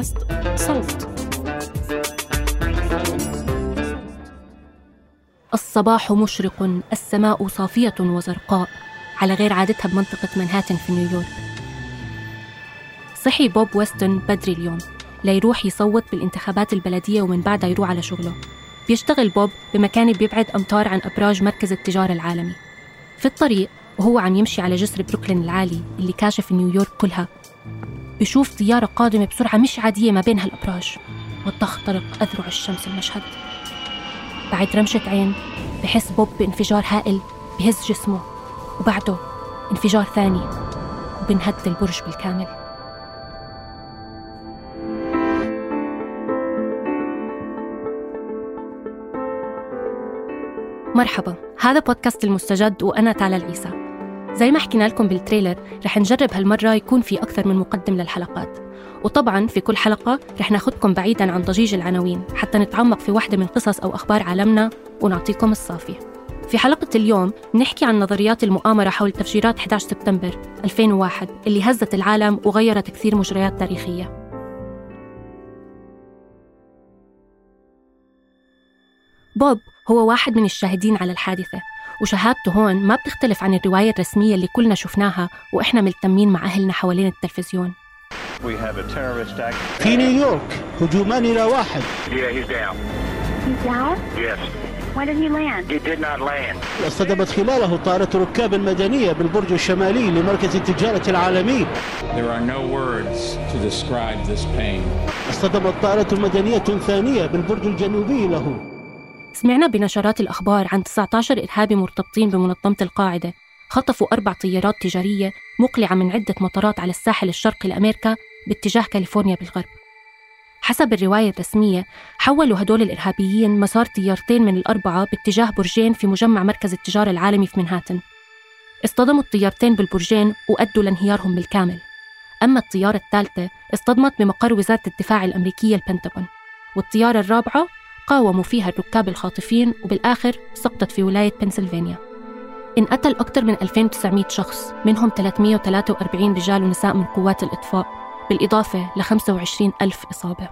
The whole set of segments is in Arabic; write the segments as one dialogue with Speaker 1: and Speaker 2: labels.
Speaker 1: بودكاست صوت. الصباح مشرق، السماء صافية وزرقاء على غير عادتها بمنطقة مانهاتن في نيويورك. صحي بوب ويستون بدري اليوم ليروح يصوت بالانتخابات البلدية ومن بعدها يروح على شغله. بيشتغل بوب بمكان بيبعد أمتار عن أبراج مركز التجارة العالمي. في الطريق وهو عم يمشي على جسر بروكلين العالي اللي كاشف نيويورك كلها، بيشوف طيارة قادمة بسرعة مش عادية ما بين هالأبراج، وتخترق أذرع الشمس المشهد. بعد رمشة عين بحس بوب بانفجار هائل بهز جسمه، وبعده انفجار ثاني وبنهد البرج بالكامل. مرحبا، هذا بودكاست المستجد وأنا تالا العيسى. زي ما حكينا لكم بالتريلر، رح نجرب هالمرة يكون في أكثر من مقدم للحلقات، وطبعاً في كل حلقة رح ناخدكم بعيداً عن ضجيج العناوين حتى نتعمق في واحدة من قصص أو أخبار عالمنا ونعطيكم الصافي. في حلقة اليوم نحكي عن نظريات المؤامرة حول تفجيرات 11 سبتمبر 2001 اللي هزت العالم وغيرت كثير مجريات تاريخية. بوب هو واحد من الشاهدين على الحادثة، وشهادته هون ما بتختلف عن الرواية الرسمية اللي كلنا شفناها وإحنا ملتمين مع أهلنا حوالين التلفزيون.
Speaker 2: في نيويورك هجومان إلى واحد. اصطدمت خلاله طائرة ركاب مدنية بالبرج الشمالي لمركز التجارة العالمي. اصطدمت طائرة مدنية ثانية بالبرج الجنوبي له.
Speaker 1: سمعنا بنشرات الأخبار عن 19 إرهابي مرتبطين بمنظمة القاعدة خطفوا 4 طيارات تجارية مقلعة من عدة مطارات على الساحل الشرقي لأمريكا باتجاه كاليفورنيا بالغرب. حسب الرواية الرسمية، حولوا هدول الإرهابيين مسار طيارتين من ال4 باتجاه برجين في مجمع مركز التجارة العالمي في منهاتن. اصطدموا الطيارتين بالبرجين وأدوا لانهيارهم بالكامل. أما الطيارة الثالثة اصطدمت بمقر وزارة الدفاع الأمريكية البنتاغون، والطيارة الرابعة قاوموا فيها الركاب الخاطفين وبالآخر سقطت في ولاية بنسلفانيا. انقتل أكثر من 2900 شخص، منهم 343 رجال ونساء من قوات الإطفاء، بالإضافة ل 25,000 إصابة.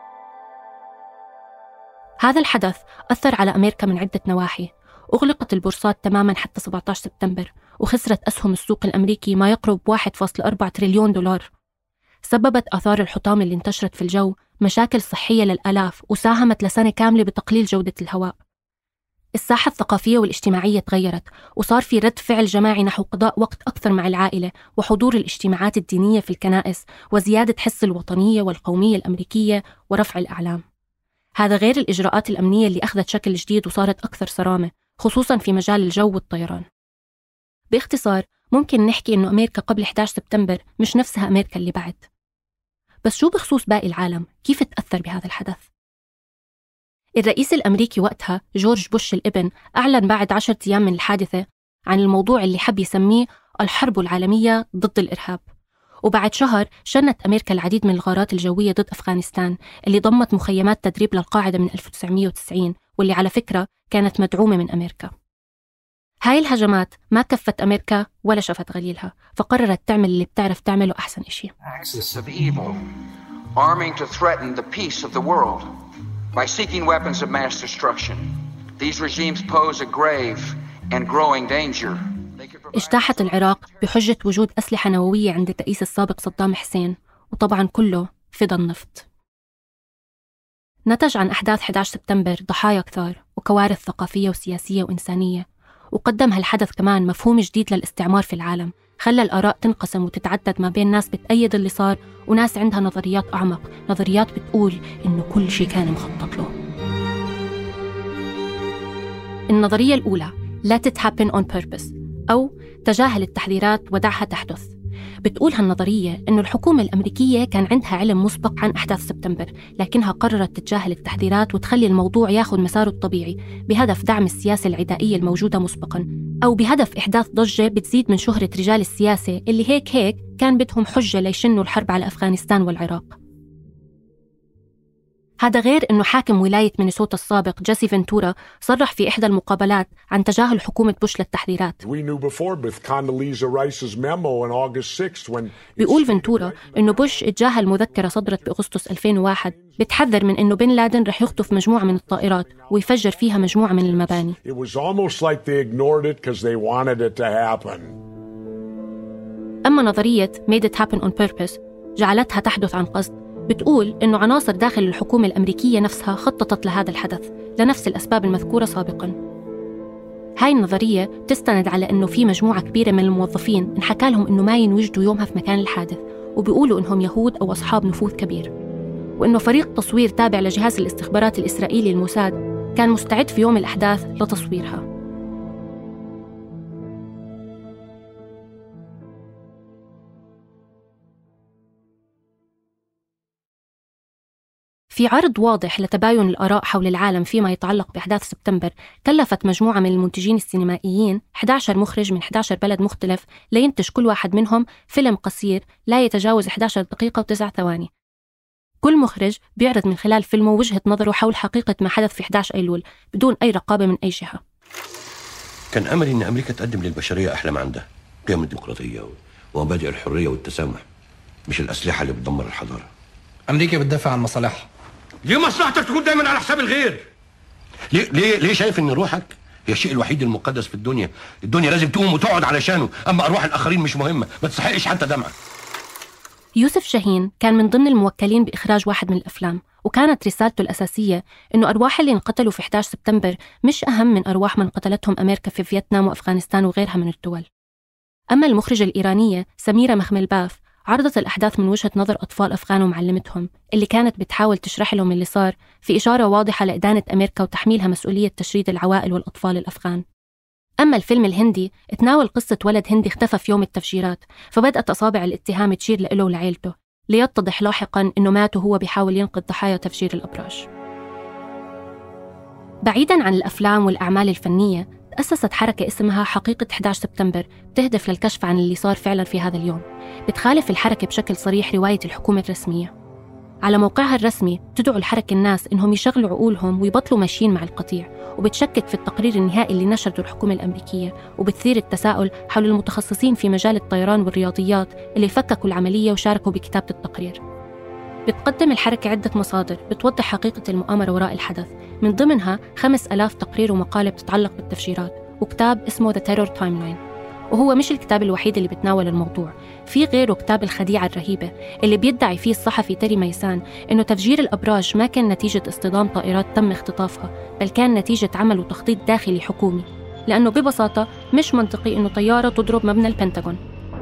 Speaker 1: هذا الحدث أثر على أمريكا من عدة نواحي. أغلقت البورصات تماماً حتى 17 سبتمبر، وخسرت أسهم السوق الأمريكي ما يقرب 1.4 تريليون دولار. سببت آثار الحطام اللي انتشرت في الجو مشاكل صحية للآلاف، وساهمت لسنة كاملة بتقليل جودة الهواء. الساحة الثقافية والاجتماعية تغيرت، وصار في رد فعل جماعي نحو قضاء وقت أكثر مع العائلة وحضور الاجتماعات الدينية في الكنائس وزيادة حس الوطنية والقومية الأمريكية ورفع الأعلام. هذا غير الإجراءات الأمنية اللي أخذت شكل جديد وصارت أكثر صرامة، خصوصاً في مجال الجو والطيران. باختصار ممكن نحكي إنه أمريكا قبل 11 سبتمبر مش نفسها أمريكا اللي بعد. بس شو بخصوص باقي العالم؟ كيف تأثر بهذا الحدث؟ الرئيس الأمريكي وقتها جورج بوش الابن أعلن بعد 10 أيام من الحادثة عن الموضوع اللي حب يسميه الحرب العالمية ضد الإرهاب. وبعد شهر شنت أمريكا العديد من الغارات الجوية ضد أفغانستان اللي ضمت مخيمات تدريب للقاعدة من 1990، واللي على فكرة كانت مدعومة من أمريكا. هاي الهجمات ما كفت أمريكا ولا شفت غليلها، فقررت تعمل اللي بتعرف تعمله أحسن إشي.
Speaker 3: Arming to threaten the peace of the world by seeking weapons of mass destruction. These regimes pose a grave and growing danger.
Speaker 1: اجتاحت العراق بحجة وجود أسلحة نووية عند الرئيس السابق صدام حسين، وطبعاً كله فضى النفط. نتج عن أحداث 11 سبتمبر ضحايا كثار وكوارث ثقافية وسياسية وإنسانية، وقدم هالحدث كمان مفهوم جديد للاستعمار في العالم، خلى الآراء تنقسم وتتعدد ما بين ناس بتأيد اللي صار وناس عندها نظريات أعمق، نظريات بتقول إنه كل شيء كان مخطط له. النظرية الأولى Let it happen on purpose، أو تجاهل التحذيرات ودعها تحدث. بتقول هالنظرية إنه الحكومة الأمريكية كان عندها علم مسبق عن أحداث سبتمبر، لكنها قررت تتجاهل التحذيرات وتخلي الموضوع ياخذ مساره الطبيعي بهدف دعم السياسة العدائية الموجودة مسبقاً، أو بهدف إحداث ضجة بتزيد من شهرة رجال السياسة اللي هيك كان بدهم حجة ليشنوا الحرب على أفغانستان والعراق. هذا غير أنه حاكم ولاية مينيسوتا السابق جيسي فنتورا صرح في إحدى المقابلات عن تجاهل حكومة بوش للتحذيرات. بيقول فنتورا أنه بوش اتجاهل مذكرة صدرت بأغسطس 2001 بتحذر من أنه بن لادن رح يخطف مجموعة من الطائرات ويفجر فيها مجموعة من المباني. أما نظرية Made it happen on purpose جعلتها تحدث عن قصد، بتقول إنه عناصر داخل الحكومة الأمريكية نفسها خططت لهذا الحدث لنفس الأسباب المذكورة سابقاً. هاي النظرية تستند على إنه في مجموعة كبيرة من الموظفين انحكى لهم إنه ما ينوجدوا يومها في مكان الحادث، وبيقولوا إنهم يهود أو أصحاب نفوذ كبير، وإنه فريق تصوير تابع لجهاز الاستخبارات الإسرائيلي الموساد كان مستعد في يوم الأحداث لتصويرها. في عرض واضح لتباين الآراء حول العالم فيما يتعلق بأحداث سبتمبر، كلفت مجموعة من المنتجين السينمائيين 11 مخرج من 11 بلد مختلف لينتج كل واحد منهم فيلم قصير لا يتجاوز 11 دقيقة و9 ثواني. كل مخرج بيعرض من خلال فيلمه وجهة نظره حول حقيقة ما حدث في 11 أيلول بدون أي رقابة من أي جهة.
Speaker 4: كان أملي أن أمريكا تقدم للبشرية أحلام عندها، قيم الديمقراطية ومبادئ الحرية والتسامح، مش الأسلحة اللي بتدمر الحضارة.
Speaker 5: أمريكا بتدافع عن مصالحها.
Speaker 4: ليه مصلحتك تكون دايما على حساب الغير؟ ليه شايف ان روحك هي الشيء الوحيد المقدس في الدنيا؟ الدنيا لازم تقوم وتقعد علشانه، اما ارواح الاخرين مش مهمه، ما تستحقش حتى دمعه.
Speaker 1: يوسف شاهين كان من ضمن الموكلين باخراج واحد من الافلام، وكانت رسالته الاساسيه انه ارواح اللي انقتلوا في 11 سبتمبر مش اهم من ارواح من قتلتهم امريكا في فيتنام وافغانستان وغيرها من الدول. اما المخرجه الايرانيه سميرة مخملباف عرضت الأحداث من وجهة نظر أطفال أفغان ومعلمتهم اللي كانت بتحاول تشرح لهم اللي صار، في إشارة واضحة لإدانة أمريكا وتحميلها مسؤولية تشريد العوائل والأطفال الأفغان. أما الفيلم الهندي تناول قصة ولد هندي اختفى في يوم التفجيرات، فبدأت أصابع الاتهام تشير له ولعيلته، ليتضح لاحقاً أنه مات وهو بيحاول ينقذ ضحايا تفجير الأبراج. بعيداً عن الأفلام والأعمال الفنية، تأسست حركة اسمها حقيقة 11 سبتمبر بتهدف للكشف عن اللي صار فعلا في هذا اليوم. بتخالف الحركة بشكل صريح رواية الحكومة الرسمية. على موقعها الرسمي تدعو الحركة الناس إنهم يشغلوا عقولهم ويبطلوا ماشيين مع القطيع، وبتشكك في التقرير النهائي اللي نشرته الحكومة الأمريكية، وبتثير التساؤل حول المتخصصين في مجال الطيران والرياضيات اللي فككوا العملية وشاركوا بكتابة التقرير. بتقدم الحركة عدة مصادر بتوضح حقيقة المؤامرة وراء الحدث، من ضمنها 5000 تقرير ومقالة بتتعلق بالتفجيرات، وكتاب اسمه The Terror Timeline. وهو مش الكتاب الوحيد اللي بتناول الموضوع، في غيره كتاب الخديعة الرهيبة اللي بيدعي فيه الصحفي تيري ميسان إنه تفجير الأبراج ما كان نتيجة اصطدام طائرات تم اختطافها، بل كان نتيجة عمل وتخطيط داخلي حكومي، لأنه ببساطة مش منطقي إنه طيارة تضرب مبنى البنتاغون.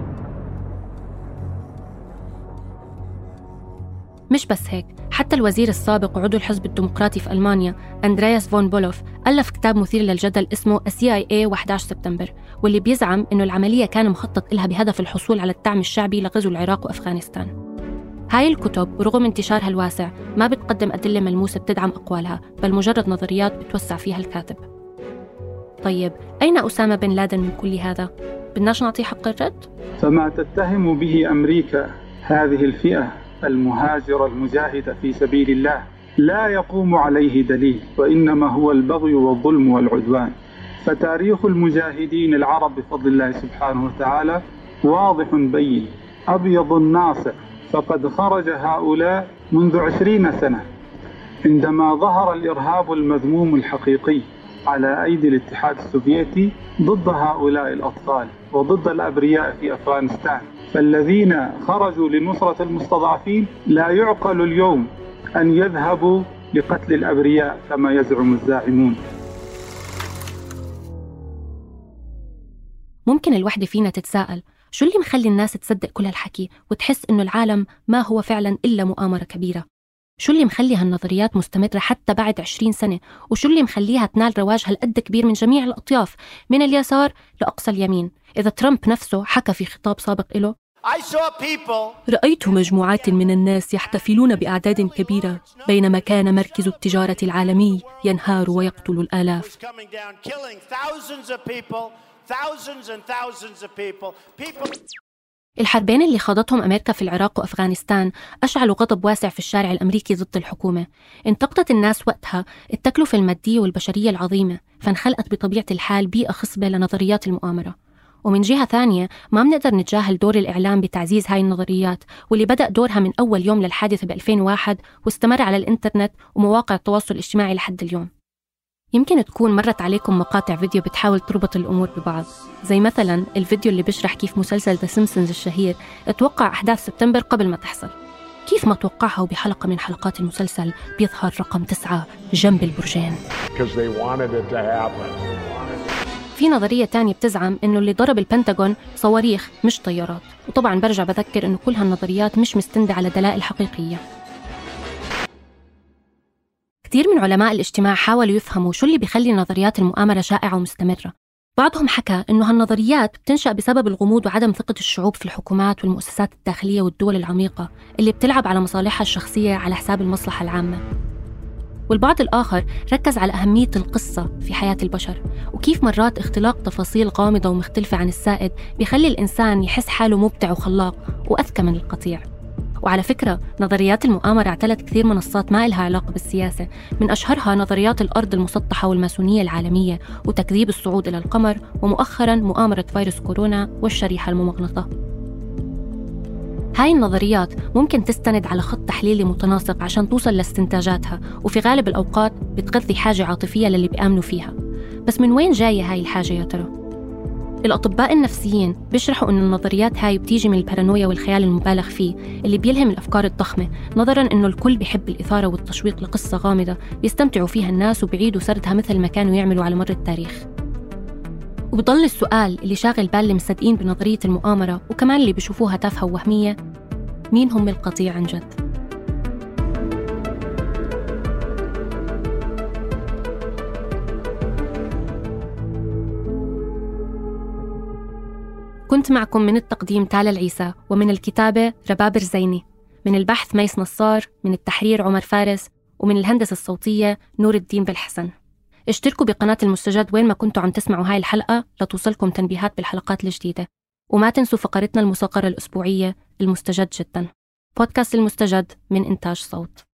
Speaker 1: مش بس هيك، حتى الوزير السابق وعضو الحزب الديمقراطي في ألمانيا أندرياس فون بولوف ألف كتاب مثير للجدل اسمه CIA و11 سبتمبر، واللي بيزعم إنه العملية كان مخطط لها بهدف الحصول على الدعم الشعبي لغزو العراق وأفغانستان. هاي الكتب رغم انتشارها الواسع ما بتقدم أدلة ملموسة بتدعم أقوالها، بل مجرد نظريات بتوسع فيها الكاتب. طيب أين أسامة بن لادن من كل هذا؟ بدناش نعطيه حق الرد؟
Speaker 6: فما تتهم به أمريكا هذه الفئة المهاجرة المجاهدة في سبيل الله لا يقوم عليه دليل، وإنما هو البغي والظلم والعدوان. فتاريخ المجاهدين العرب بفضل الله سبحانه وتعالى واضح بين أبيض ناصع، فقد خرج هؤلاء منذ 20 سنة عندما ظهر الإرهاب المذموم الحقيقي على أيدي الاتحاد السوفيتي ضد هؤلاء الأطفال وضد الأبرياء في أفغانستان. فالذين خرجوا لنصرة المستضعفين لا يعقل اليوم أن يذهبوا لقتل الأبرياء كما يزعم الزاعمون.
Speaker 1: ممكن الوحدة فينا تتساءل شو اللي مخلي الناس تصدق كل هالحكي وتحس إنه العالم ما هو فعلا إلا مؤامرة كبيرة؟ شو اللي مخلي هالنظريات مستمرة حتى بعد 20 سنة؟ وشو اللي مخليها تنال رواج هالقد كبير من جميع الأطياف من اليسار لأقصى اليمين؟ إذا ترامب نفسه حكى في خطاب سابق له: رأيت مجموعات من الناس يحتفلون بأعداد كبيرة بينما كان مركز التجارة العالمي ينهار ويقتل الآلاف. الحربين اللي خاضتهم أمريكا في العراق وأفغانستان أشعلوا غضب واسع في الشارع الأمريكي ضد الحكومة. انتقدت الناس وقتها التكلفة المادية والبشرية العظيمة، فانخلقت بطبيعة الحال بيئة خصبة لنظريات المؤامرة. ومن جهة ثانية ما بنقدر نتجاهل دور الإعلام بتعزيز هاي النظريات، واللي بدأ دورها من أول يوم للحادثة ب2001 واستمر على الإنترنت ومواقع التواصل الاجتماعي لحد اليوم. يمكن تكون مرت عليكم مقاطع فيديو بتحاول تربط الأمور ببعض، زي مثلا الفيديو اللي بيشرح كيف مسلسل The Simpsons الشهير اتوقع أحداث سبتمبر قبل ما تحصل. كيف ما توقعها وبحلقة من حلقات المسلسل بيظهر رقم 9 جنب البرجين. في نظرية تانية بتزعم إنه اللي ضرب البنتاغون صواريخ مش طيارات، وطبعاً برجع بذكر إنه كل هالنظريات مش مستندة على دلائل حقيقية. كثير من علماء الاجتماع حاولوا يفهموا شو اللي بيخلي نظريات المؤامرة شائعة ومستمرة. بعضهم حكى إنه هالنظريات بتنشأ بسبب الغموض وعدم ثقة الشعوب في الحكومات والمؤسسات الداخلية والدول العميقة اللي بتلعب على مصالحها الشخصية على حساب المصلحة العامة. والبعض الآخر ركز على أهمية القصة في حياة البشر، وكيف مرات اختلاق تفاصيل غامضة ومختلفة عن السائد بيخلي الإنسان يحس حاله مبدع وخلاق وأذكى من القطيع. وعلى فكرة نظريات المؤامرة اعتلت كثير منصات ما إلها علاقة بالسياسة، من أشهرها نظريات الأرض المسطحة والماسونية العالمية وتكذيب الصعود إلى القمر، ومؤخراً مؤامرة فيروس كورونا والشريحة الممغنطة. هاي النظريات ممكن تستند على خط تحليلي متناسق عشان توصل لاستنتاجاتها، وفي غالب الأوقات بتغذي حاجة عاطفية للي بيآمنوا فيها. بس من وين جاية هاي الحاجة يا ترى؟ الأطباء النفسيين بيشرحوا إن النظريات هاي بتيجي من البارانويا والخيال المبالغ فيه اللي بيلهم الأفكار الضخمة، نظراً إنه الكل بيحب الإثارة والتشويق لقصة غامضة بيستمتعوا فيها الناس وبيعيدوا سردها مثل ما كانوا يعملوا على مر التاريخ. وبضل السؤال اللي شاغل بال المصدقين بنظرية المؤامرة وكمان اللي بيشوفوها تافهة ووهمية: مين هم القطيع عن جد؟ كنت معكم من التقديم تالا العيسى، ومن الكتابة رباب رزيني، من البحث ميس نصار، من التحرير عمر فارس، ومن الهندسة الصوتية نور الدين بالحسن. اشتركوا بقناة المستجد وين ما كنتوا عم تسمعوا هاي الحلقة لتوصلكم تنبيهات بالحلقات الجديدة. وما تنسوا فقرتنا المصغرة الأسبوعية المستجد جدا، بودكاست المستجد من إنتاج صوت.